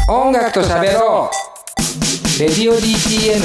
音楽と喋ろうレディオ DTM。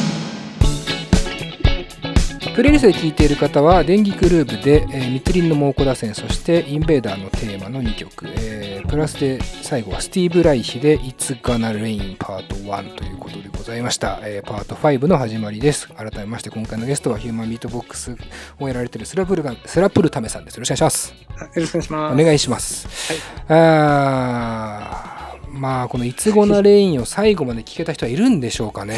プレイリストで聴いている方は電気グルーヴで、密林の猛虎打線、そしてインベーダーのテーマの2曲、プラスで最後はスティーブ・ライヒで It's Gonna Rain Part 1ということでございました。パート5の始まりです。改めまして今回のゲストはヒューマンビートボックスをやられているスラプルタメさんです。よろしくお願いします。 よろしくお願いします。 お願いします。 はい。 まあこのいつごなレインを最後まで聞けた人はいるんでしょうかね。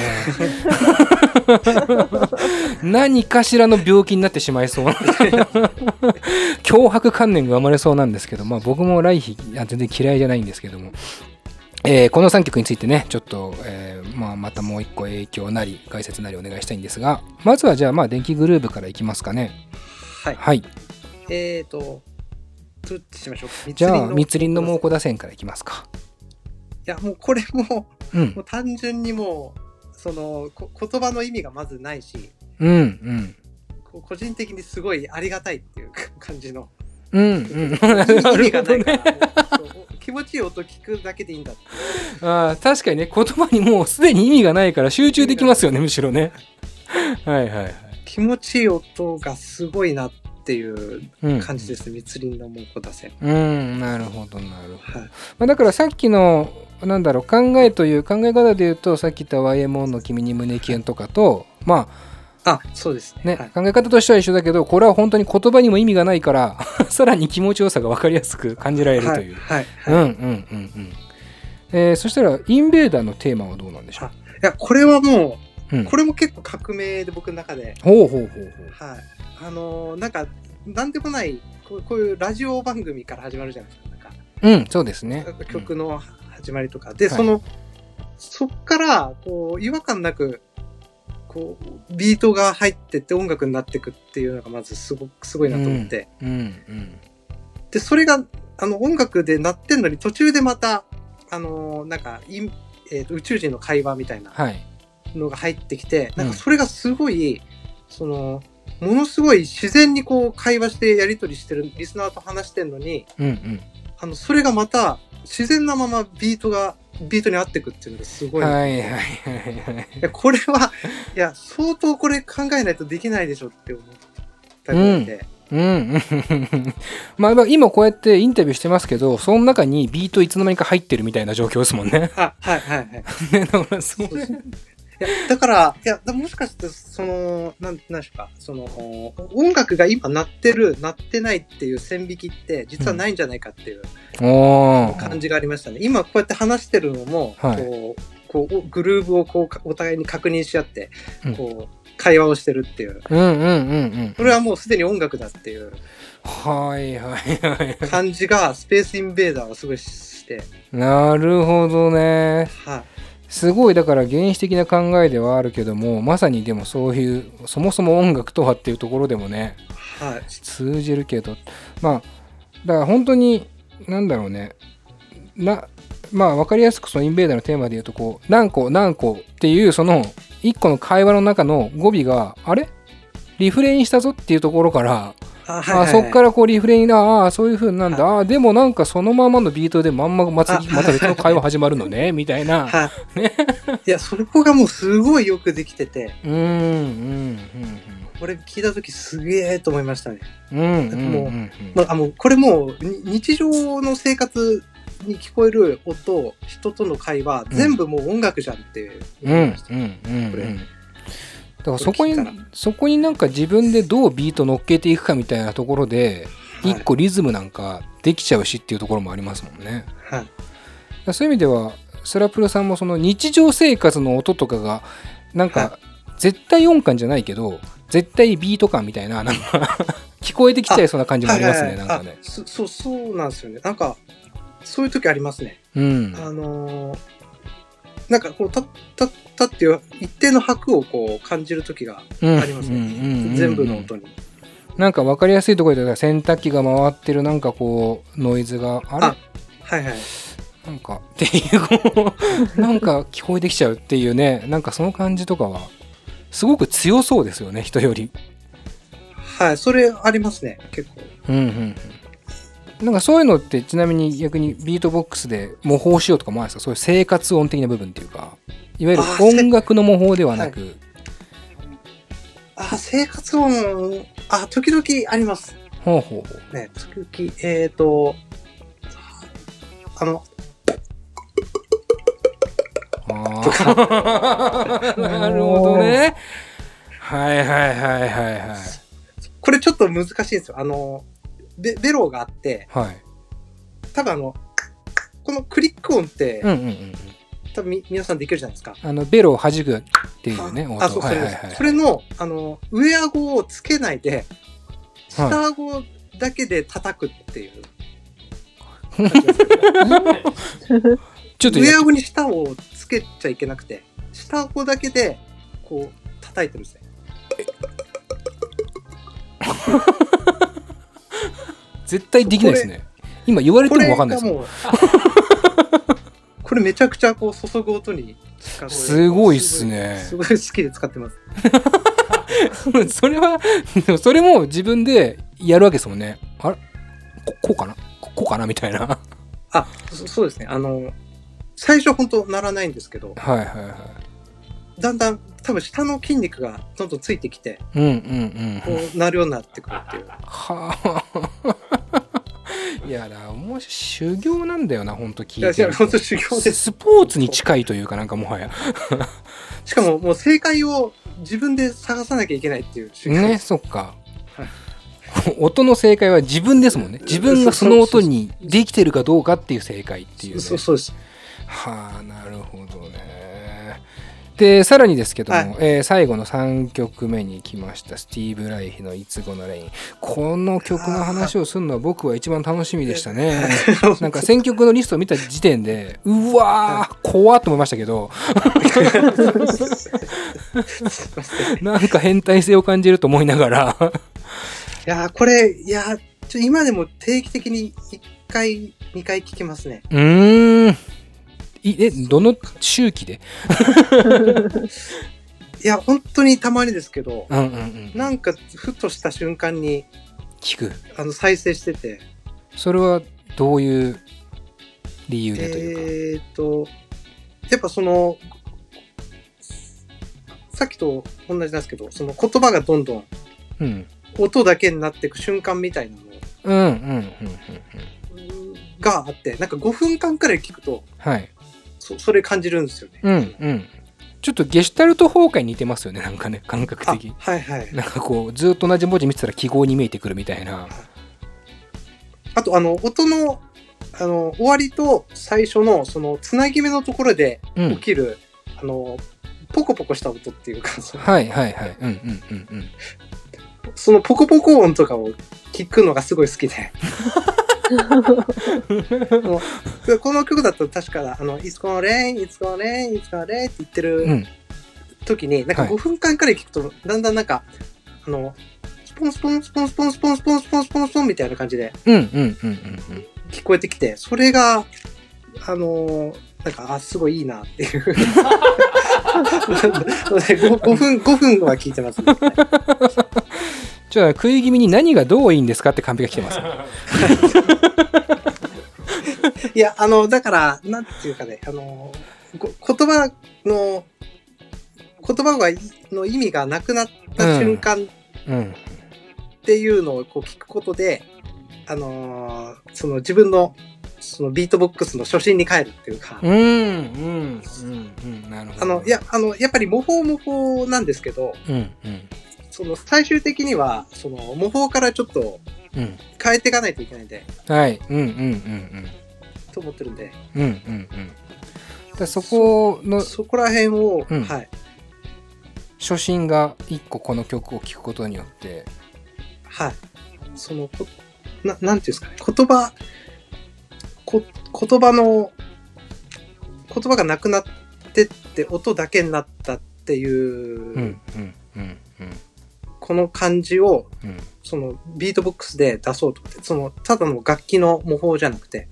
何かしらの病気になってしまいそうな強迫観念が生まれそうなんですけど、まあ僕もライヒ全然嫌いじゃないんですけども、この3曲についてねちょっと、またもう一個影響なり解説なりお願いしたいんですが、まずはじゃあ電気グルーヴからいきますかね。 はい、 はい、 どっちしましょう。 じゃあ密林の猛虎打線からいきますか。 いやもうこれもう単純にもうその言葉の意味がまずないし、個人的にすごいありがたいっていう感じの、意味がないから、気持ちいい音聞くだけでいいんだって。 確かにね、言葉にもうすでに意味がないから集中できますよね、むしろね。はいはいはい。 気持ちいい音がすごいなっていう感じです、密林の猛虎打線。 なるほどなるほど。だからさっきの考えという考え方で言うと、さっき言った YMO の君に胸キュンとかとそうですね、 はい、考え方としては一緒だけど、これは本当に言葉にも意味がないからさらに気持ちよさが分かりやすく感じられるという。そしたらインベーダーのテーマはどうなんでしょう。 いやこれはもう、これも結構革命で僕の中で、なんでもないこういうラジオ番組から始まるじゃないですか。 そうですね。 曲の始まりとかで、そっからこう違和感なくこうビートが入ってって音楽になっていくっていうのがまずすごいなと思って、でそれが音楽で鳴ってんのに途中でまた宇宙人の会話みたいなのが入ってきて、それがすごいものすごい自然にこう会話してやり取りしてるリスナーと話してんのに、それがまた自然なままビートに合ってくっていうのがすごい。これはいや相当これ考えないとできないでしょって思ったりで、 今こうやってインタビューしてますけど、その中にビートいつの間にか入ってるみたいな状況ですもんね。 だからもしかしてなんでしょうか、音楽が今鳴ってる鳴ってないっていう線引きって実はないんじゃないかっていう感じがありましたね。今こうやって話してるのも、こうグルーヴをこうお互いに確認し合ってこう会話をしてるっていう、これはもうすでに音楽だっていう感じがスペースインベーダーはすごいして。 なるほどね。すごいだから原始的な考えではあるけども、まさにでもそういうそもそも音楽とはっていうところでもね、通じるけど、だから本当になんだろうね、分かりやすくそのインベーダーのテーマで言うと、こう何個っていうその一個の会話の中の語尾がリフレインしたぞっていうところから、そっからこうリフレインそういう風なんだ、でもそのままのビートでまた別の会話始まるのねみたいな。 いやそこがもうすごいよくできてて、これ聞いた時すげえと思いましたね。もうこれもう日常の生活に聞こえる音、人との会話、全部もう音楽じゃんって思いました。 だからそこに自分でどうビート乗っけていくかみたいなところで一個リズムなんかできちゃうしっていうところもありますもんね。そういう意味ではスラプルさんもその日常生活の音とかが絶対音感じゃないけど絶対ビート感みたいな聞こえてきちゃいそうな感じもありますね。 そうなんですよね。そういう時ありますね。こうたっていう一定の拍をこう感じる時がありますね。全部の音に。 分かりやすいところで洗濯機が回ってるこうノイズがっていう聞こえてきちゃうっていうね、その感じとかはすごく強そうですよね、人より。 それありますね、結構。 なんかそういうのってちなみに逆にビートボックスで模倣しようとかもあるんですか？そういう生活音的な部分っていうか、いわゆる音楽の模倣ではなく。 生活音、時々あります。 ほうほうほう。 ね、時々、 なるほどね。はいはいはいはいはい。 これちょっと難しいんですよ。ベロがあって、 はい、 多分このクリック音って、多分皆さんできるじゃないですか。 ベロを弾くっていうね、音。 そう、それの、上顎をつけないで、下顎だけで叩くっていう。ちょっと上顎に舌をつけちゃいけなくて、下顎だけで、こう、叩いてるんですね。 絶対できないですね。今言われても分かんないですもん。 これめちゃくちゃこう注ぐ音にすごいっすね。 すごい好きで使ってます。 それも自分でやるわけですもんね。あれこうかなこうかなみたいな。 そうですね。最初本当ならないんですけど、 はいはいはい。 だんだん多分下の筋肉がどんどんついてきて、こうなるようになってくるっていう。 はあ。いやだ、もう修行なんだよな、本当聞いてる。 いや、本当修行です。 スポーツに近いというか、なんかもはや。 しかももう正解を自分で探さなきゃいけないっていう修行。ね、そっか。音の正解は自分ですもんね。自分がその音にできてるかどうかっていう正解っていう、ね。 そうです。 はあ、なるほどね。でさらにですけども、最後の3曲目に来ましたスティーブ・ライヒのいつごのレイン。この曲の話をするのは僕は一番楽しみでしたね。なんか選曲のリストを見た時点でうわー怖っと思いましたけどなんか変態性を感じると思いながらこれ今でも定期的に1回2回聞きますね。 どの周期でいや本当にたまにですけど、なんかふとした瞬間に聞く再生してて。 それはどういう理由でというか、 やっぱそのさっきと同じなんですけど、その言葉がどんどん音だけになっていく瞬間みたいなのがあって、なんか5分間くらい聞くと、それ感じるんですよね。 ちょっとゲシュタルト崩壊に似てますよね、なんかね、感覚的。なんかこうずっと同じ文字見てたら記号に見えてくるみたいな。 あと音の終わりと最初のそのつなぎ目のところで起きる、ポコポコした音っていうか、そのポコポコ音とかを聞くのがすごい好きで。この曲だと確かIt's gonna rain, It's gonna rain, It's gonna rain って言ってる時に、なんか5分間くらい聞くとだんだんなんかスポンスポンスポンスポンスポンスポンスポンスポンスポンみたいな感じで聞こえてきて、それがなんかすごいいいなっていう5分は聞いてますね。 じゃあ食い気味に何がどういいんですかってカンペが来てます。 いやだからなんていうかね、言葉の意味がなくなった瞬間っていうのをこう聞くことで、その自分のそのビートボックスの初心に帰るっていうか、 なるほど。 やっぱり模倣なんですけど、その最終的にはその模倣からちょっと変えていかないといけないんで、と思ってるんで、 そこら辺を、 初心が一個この曲を聴くことによって、 そのなんていうんですかね、言葉がなくなってって音だけになったっていう、この感じを、そのビートボックスで出そうと思って、そのただの楽器の模倣じゃなくて、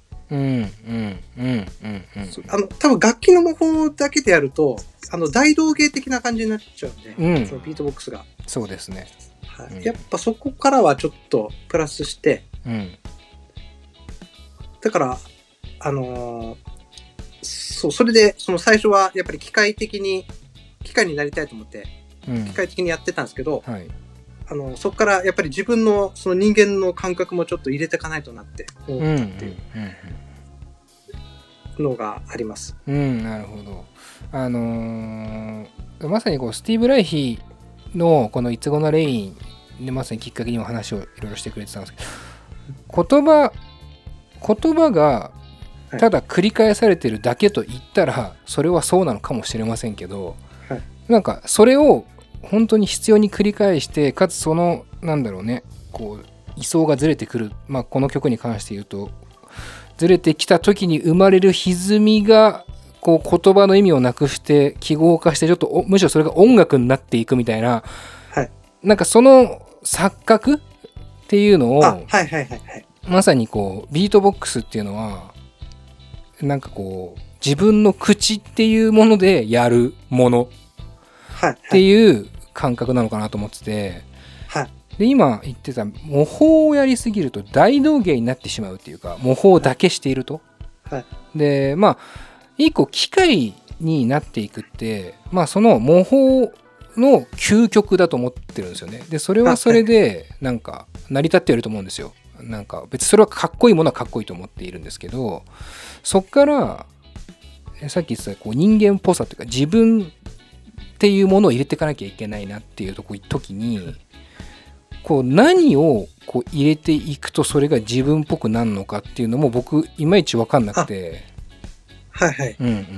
多分楽器の模倣だけでやると大道芸的な感じになっちゃうんで、そのビートボックスが。 そうですね。 やっぱそこからはちょっとプラスして、 だからそれでその最初はやっぱり機械になりたいと思って、機械的にやってたんですけど、はい、そこからやっぱり自分のその人間の感覚もちょっと入れていかないとなって思ったっていうのがあります。 なるほど。まさにこうスティーブ・ライヒのこのいつごのレインでまさにきっかけにも話をいろいろしてくれてたんですけど、言葉がただ繰り返されてるだけと言ったらそれはそうなのかもしれませんけど、はい、なんかそれを本当に必要に繰り返してかつそのなんだろうねこう位相がずれてくる、この曲に関して言うとずれてきた時に生まれる歪みがこう言葉の意味をなくして記号化してちょっとむしろそれが音楽になっていくみたいな、はい、なんかその錯覚っていうのを、まさにこうビートボックスっていうのはなんかこう自分の口っていうものでやるものっていう感覚なのかなと思ってて、はい、で今言ってた模倣をやりすぎると大道芸になってしまうっていうか模倣だけしていると、はい、で一個機械になっていくってその模倣の究極だと思ってるんですよね。でそれはそれでなんか成り立っていると思うんですよ。なんか別にそれはかっこいいものはかっこいいと思っているんですけど、そっからさっき言ってたこう人間っぽさというか自分っていうものを入れていかなきゃいけないなっていう時にこう何をこう入れていくとそれが自分っぽくなるのかっていうのも僕いまいち分かんなくて、 はいはい、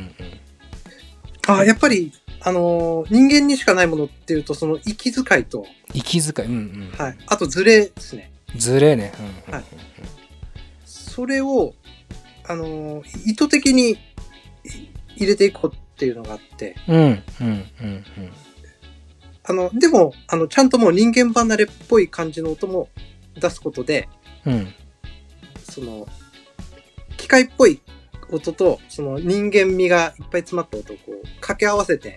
やっぱり人間にしかないものっていうとその息遣いとはい、あとズレですね。 ズレね、 はい、それを意図的に入れていこうっていうのがあって、でもちゃんともう人間離れっぽい感じの音も出すことで、その機械っぽい音とその人間味がいっぱい詰まった音をこう掛け合わせて、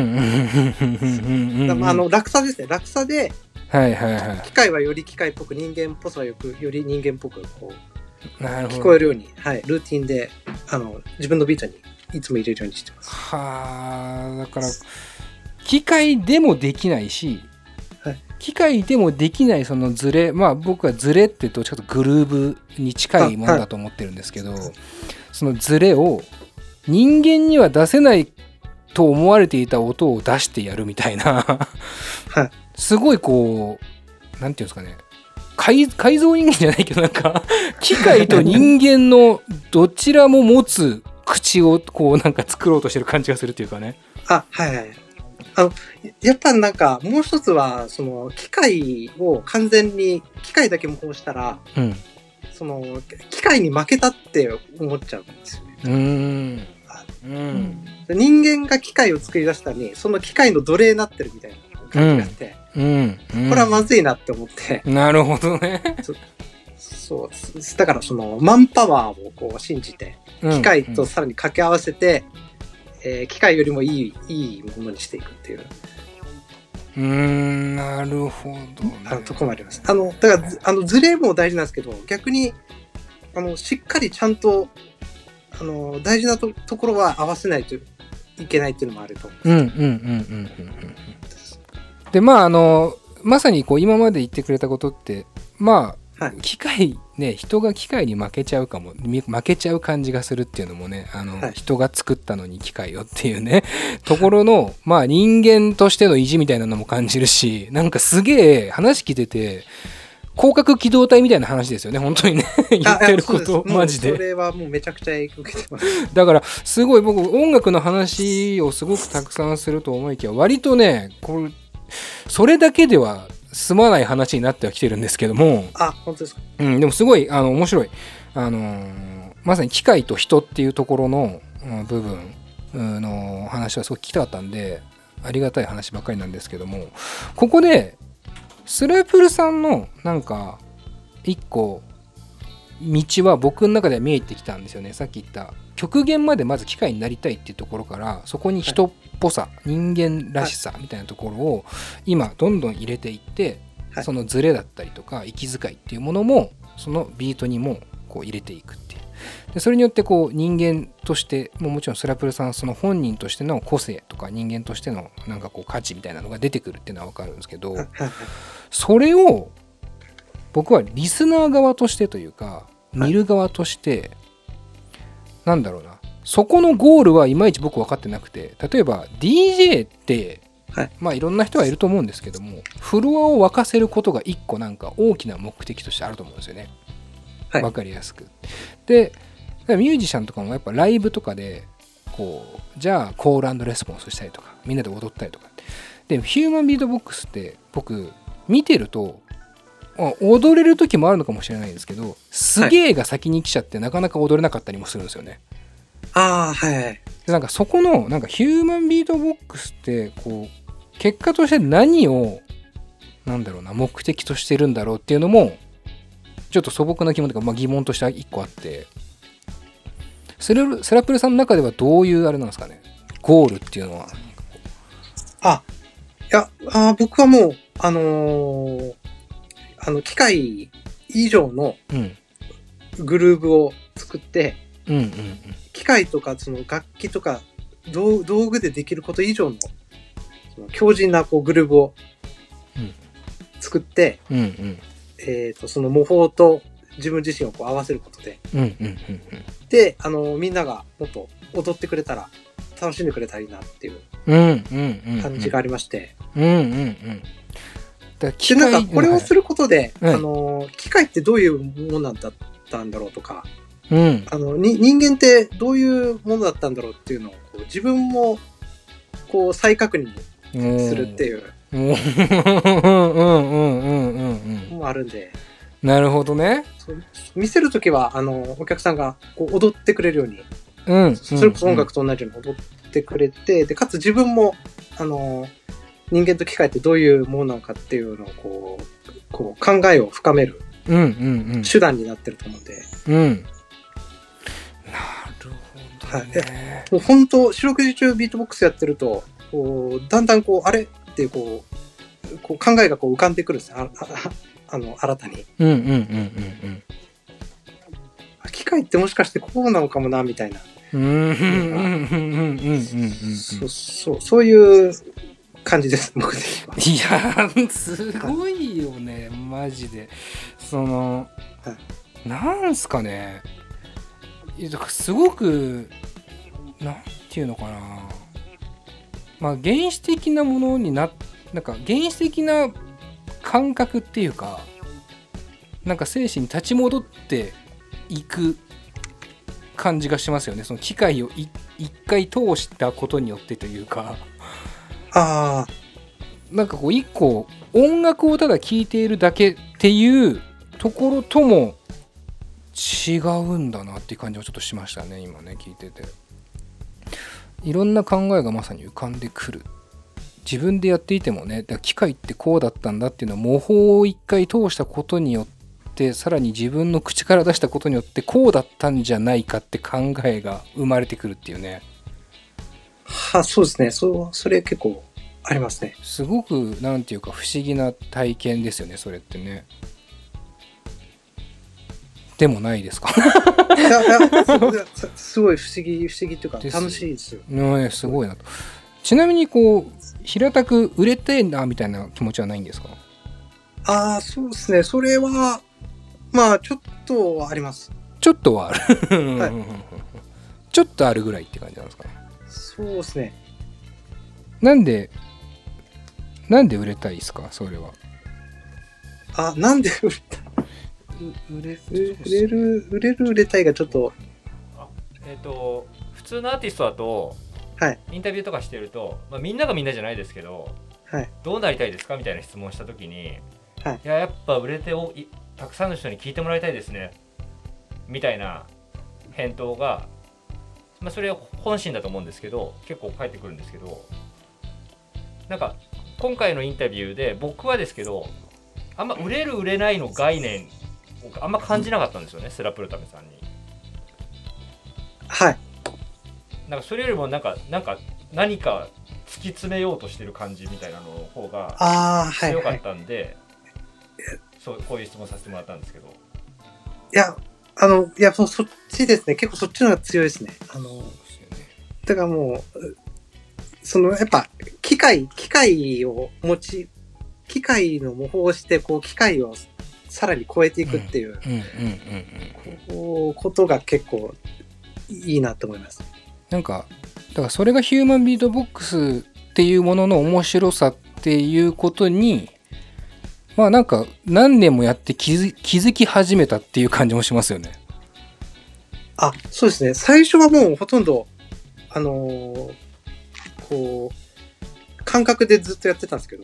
落差ですね。落差で、機械はより機械っぽく人間っぽさはより人間っぽくこう聞こえるように、はい、ルーティンで自分のビートにいつも入れるようにしてます。 だから機械でもできないし、はい、機械でもできないそのズレ、僕はズレってどっちかというとグルーブに近いものだと思ってるんですけど、そのズレを人間には出せないと思われていた音を出してやるみたいな、はい、すごいこうなんていうんですかね、改造人間じゃないけどなんか機械と人間のどちらも持つ口をこうなんか作ろうとしてる感じがするっていうかね。 やっぱなんかもう一つはその機械を完全に機械だけ模倣したら、その機械に負けたって思っちゃうんですよね。人間が機械を作り出したのにその機械の奴隷になってるみたいな感じがあって、これはまずいなって思って。 なるほどね。 そうだからそのマンパワーをこう信じて機械とさらに掛け合わせて、機械よりもいいものにしていくっていう。 なるほど、ね。 とこもあります。だからズレも大事なんですけど、逆にしっかりちゃんと大事な ところは合わせないといけないっていうのもあると思います。 でまさにこう今まで言ってくれたことって機械ね、人が機械に負けちゃう感じがするっていうのもね人が作ったのに機械よっていうねところの人間としての意地みたいなのも感じるし、なんかすげえ話聞いてて広角機動隊みたいな話ですよね本当にね言ってることマジで。 それはもうめちゃくちゃ受けてます。 だからすごい僕音楽の話をすごくたくさんすると思いきや割とねそれだけでは済まない話になってはきてるんですけども、 本当ですか。 でもすごい面白いまさに機械と人っていうところの部分の話はすごく聞きたかったんでありがたい話ばっかりなんですけども、ここでスループルさんのなんか一個道は僕の中では見えてきたんですよね。さっき言った極限までまず機械になりたいっていうところからそこに人っぽさ、人間らしさみたいなところを今どんどん入れていって、そのズレだったりとか息遣いっていうものもそのビートにもこう入れていくっていう。 でそれによってこう人間としてもちろんスラプルさんその本人としての個性とか人間としてのなんかこう価値みたいなのが出てくるっていうのは分かるんですけど、それを僕はリスナー側としてというか見る側としてなんだろうな、そこのゴールはいまいち僕分かってなくて、例えば DJ ってまあいろんな人がいると思うんですけども、フロアを沸かせることが一個なんか大きな目的としてあると思うんですよね。分かりやすく。でミュージシャンとかもやっぱライブとかでこうじゃあコール&レスポンスしたりとかみんなで踊ったりとかで、ヒューマンビートボックスって僕見てると踊れる時もあるのかもしれないんですけど、すげえが先に来ちゃってなかなか踊れなかったりもするんですよね。 はい。 でなんかそこのなんかヒューマンビートボックスってこう結果として何をなんだろうな目的としてるんだろうっていうのもちょっと素朴な疑問というか、疑問として一個あって、スラプルさんの中ではどういうあれなんですかね、ゴールっていうのは。 僕はもう機械以上のグルーブを作って、機械とかその楽器とか道具でできること以上のその強靭なこうグルーブを作って、その模倣と自分自身をこう合わせることで、でみんながもっと踊ってくれたら楽しんでくれたらいいなっていう感じがありまして、でなんかこれをすることで、機械ってどういうものだったんだろうとか、人間ってどういうものだったんだろうっていうのをこう自分もこう再確認するっていうもあるんで。 なるほどね。 見せるときはお客さんがこう踊ってくれるように、それこそ音楽と同じように踊ってくれて、でかつ自分も人間と機械ってどういうものなのかっていうのをこう考えを深める手段になってると思うんで。 なるほどね。 もう本当四六時中ビートボックスやってるとこうだんだんこうあれっていうこう考えがこう浮かんでくるんですよ。新たに。機械ってもしかしてこうなのかもなみたいな。そういう感じです、僕的には。 いやすごいよね、マジで。その、なんすかね、すごくなんていうのかな、原始的なものになんか原始的な感覚っていうか、なんか精神に立ち戻っていく感じがしますよね。その機械を一回通したことによってというか、なんかこう一個音楽をただ聴いているだけっていうところとも違うんだなっていう感じはちょっとしましたね、今ね聞いてて。いろんな考えがまさに浮かんでくる。自分でやっていてもね、だから機械ってこうだったんだっていうのは模倣を一回通したことによって、さらに自分の口から出したことによってこうだったんじゃないかって考えが生まれてくるっていうね。 そうですね。それ結構ありますね。 すごくなんていうか不思議な体験ですよね、それってね。でもないですか？ いやすごい不思議っていうか楽しいですよ。 すごいなと。ちなみにこう平たく売れてんなみたいな気持ちはないんですか？ そうですね。それはちょっとはあります。 ちょっとはある、ちょっとあるぐらいって感じなんですかね。 そうですね。 なんで売れたいですか、それは。 なんで売れたい？売れたいがちょっと。 普通のアーティストだと、インタビューとかしてると、みんながみんなじゃないですけど、どうなりたいですかみたいな質問をしたときに、やっぱ売れてたくさんの人に聞いてもらいたいですねみたいな返答が、それは本心だと思うんですけど、結構返ってくるんですけど、なんか今回のインタビューで僕はですけど、あんま売れる売れないの概念をあんま感じなかったんですよね、スラプルタメさんに。なんかそれよりもなんか何か突き詰めようとしてる感じみたいなのの方が強かったんで、こういう質問させてもらったんですけど。 いやいや、そっちですね。結構そっちの方が強いですね。だからもう、やっぱ、機械の模倣をして、こう、機械をさらに超えていくっていう、ことが結構いいなと思います。 なんか、だからそれがヒューマンビートボックスっていうものの面白さっていうことに、まあなんか何年もやって気づき始めたっていう感じもしますよね。 あ、そうですね。最初はもうほとんど、こう、感覚でずっとやってたんですけど。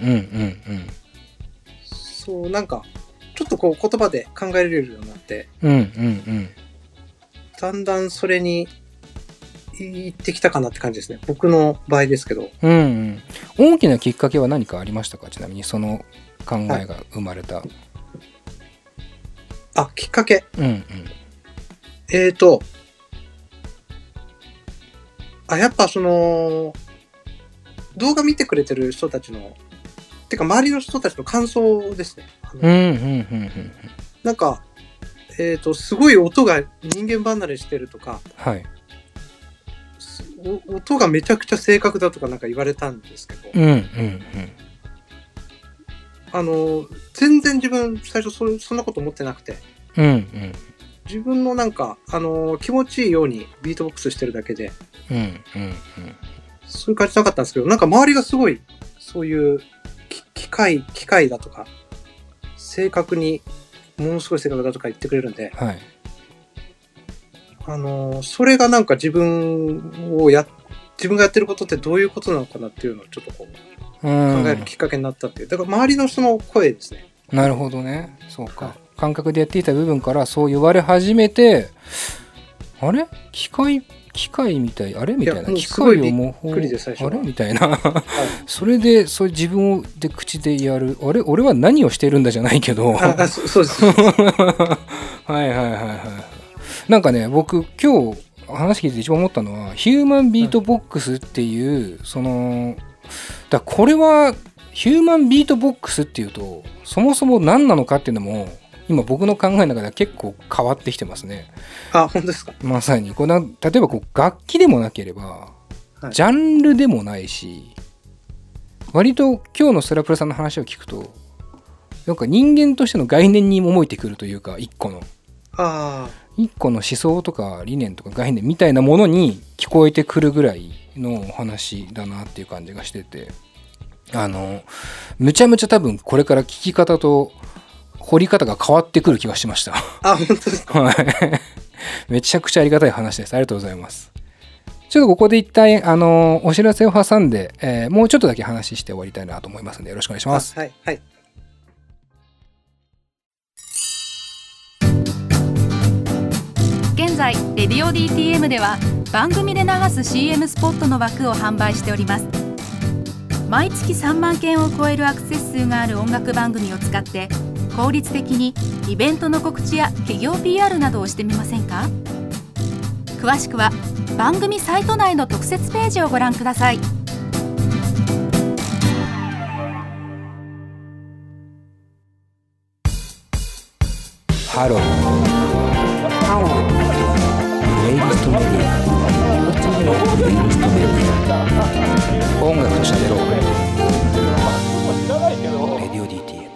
そう、なんか、ちょっとこう言葉で考えられるようになって、だんだんそれに行ってきたかなって感じですね。僕の場合ですけど。 大きなきっかけは何かありましたか？ちなみにその考えが生まれた。 あ、きっかけ。やっぱ動画見てくれてる人たちの、てか周りの人たちの感想ですね。なんか、すごい音が人間離れしてるとか、 はい、 音がめちゃくちゃ正確だとかなんか言われたんですけど、全然自分最初そんなこと思ってなくて、自分のなんか、気持ちいいようにビートボックスしてるだけで、そういう感じなかったんですけど、なんか周りがすごいそういう機械だとか正確にものすごい正確だとか言ってくれるんで、 はい、 それがなんか自分がやってることってどういうことなのかなっていうのをちょっとこう考えるきっかけになったっていう。だから周りの人の声ですね。 なるほどね。そうか。感覚でやっていた部分からそう言われ始めて、あれ機械みたい、あれみたいな、機械を模倣、あれみたいな、それでそう自分で口でやる、あれ俺は何をしてるんだじゃないけど、 そうですはいなんかね、僕今日話聞いて一番思ったのはヒューマンビートボックスっていう、だこれはヒューマンビートボックスっていうとそもそも何なのかっていうのも今僕の考えの中では結構変わってきてますね。 あ、本当ですか。 まさに例えばこう楽器でもなければ、ジャンルでもないし、割と今日のスラプラさんの話を聞くとなんか人間としての概念に思えてくるというか、一個の思想とか理念とか概念みたいなものに聞こえてくるぐらいのお話だなっていう感じがしてて、むちゃむちゃ多分これから聞き方と掘り方が変わってくる気がしました。 あ、本当ですか。 はい。めちゃくちゃありがたい話です。ありがとうございます。ちょっとここで一旦お知らせを挟んで、もうちょっとだけ話して終わりたいなと思いますのでよろしくお願いします。 はいはい。 現在レディオ DTM では番組で流す CM スポットの枠を販売しております。毎月3万件を超えるアクセス数がある音楽番組を使って効率的にイベントの告知や企業 PR などをしてみませんか？詳しくは番組サイト内の特設ページをご覧ください。 ハロー。プレイリストメディア。音楽と喋ろう。レディオ DTM。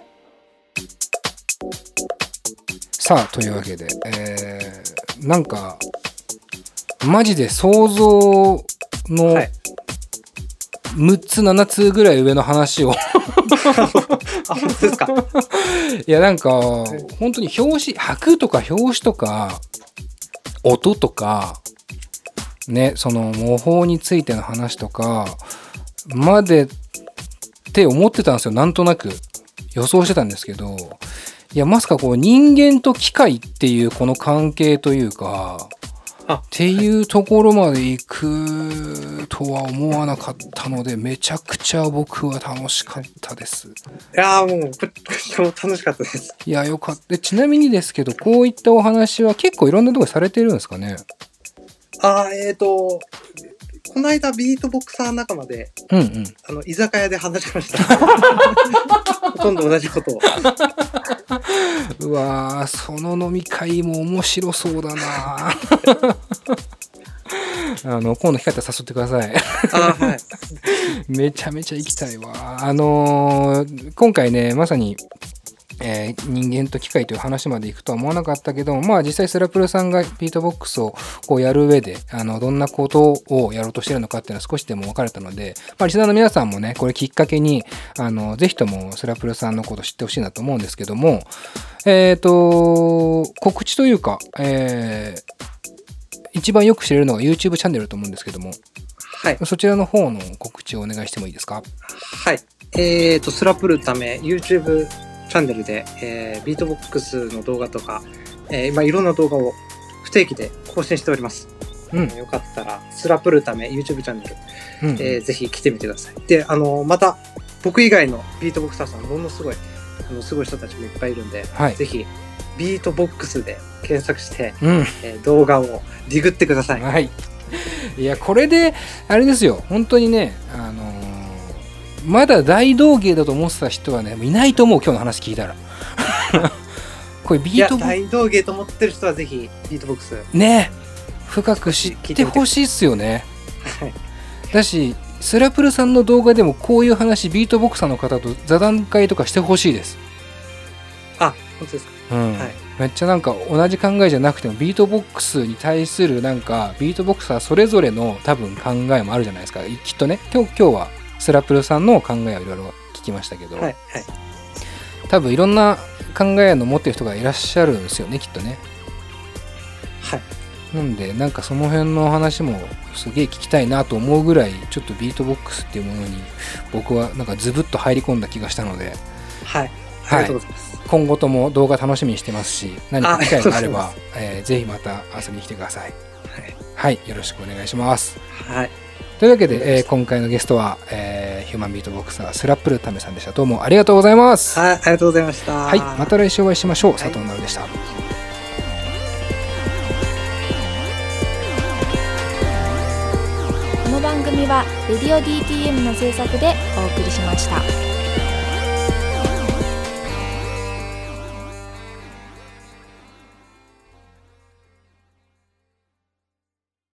さあというわけで、なんかマジで想像の6つ7つぐらい上の話をあ、本当ですか。 いやなんか本当に拍とか表紙とか音とかね、その模倣についての話とかまでって思ってたんですよ。なんとなく予想してたんですけど、いやまさかこう人間と機械っていうこの関係というかっていうところまで行くとは思わなかったので、めちゃくちゃ僕は楽しかったです。 いやもうこっちも楽しかったです。 いやよかった。ちなみにですけど、こういったお話は結構いろんなところでされてるんですかね？ この間ビートボクサー仲間で、居酒屋で話しました。ほとんど同じことを。 うわー、その飲み会も面白そうだな。今度機会あったら誘ってください。 はい。 めちゃめちゃ行きたいわ。今回ね、まさに、人間と機械という話までいくとは思わなかったけど、まあ実際スラプルさんがビートボックスをこうやる上でどんなことをやろうとしてるのかっていうのは少しでも分かれたので、まあ、リスナーの皆さんもねこれきっかけにぜひともスラプルさんのことを知ってほしいなと思うんですけども、告知というか、一番よく知れるのが YouTube チャンネルだと思うんですけども、 はい、 そちらの方の告知をお願いしてもいいですか？ はい、スラプルため YouTubeチャンネルで、ビートボックスの動画とか、いろんな動画を不定期で更新しております。よかったらスラプルため YouTube チャンネル、ぜひ来てみてください。で、また僕以外のビートボクサーさんものすごいすごい人たちもいっぱいいるんで、 はい、 ぜひビートボックスで検索して、動画をディグってください。 はい。いやこれであれですよ、本当にねまだ大道芸だと思ってた人はねいないと思う。今日の話聞いたらこれビートボックス大道芸と思ってる人はぜひビートボックスね深く知ってほしいっすよね。 はい、 だしスラプルさんの動画でもこういう話ビートボクサーの方と座談会とかしてほしいです。 あ、本当ですか。 はい、めっちゃなんか同じ考えじゃなくてもビートボックスに対するなんかビートボクサーそれぞれの多分考えもあるじゃないですか。きっとね今日はスラプルさんの考えをいろいろ聞きましたけど、多分いろんな考えの持ってる人がいらっしゃるんですよねきっとね。 はい。 なんでなんかその辺の話もすげえ聞きたいなと思うぐらいちょっとビートボックスっていうものに僕はなんかズブッと入り込んだ気がしたので、 はい、ありがとうございます。 今後とも動画楽しみにしてますし、何か機会があればぜひまた遊びに来てください。はい、よろしくお願いします。 はい。 というわけで、今回のゲストは、ヒューマンビートボクサースラップルタメさんでした。どうもありがとうございます。 はい、ありがとうございました。 はい、また来週お会いしましょう。佐藤直でした。 この番組はレディオ DTM の制作でお送りしました。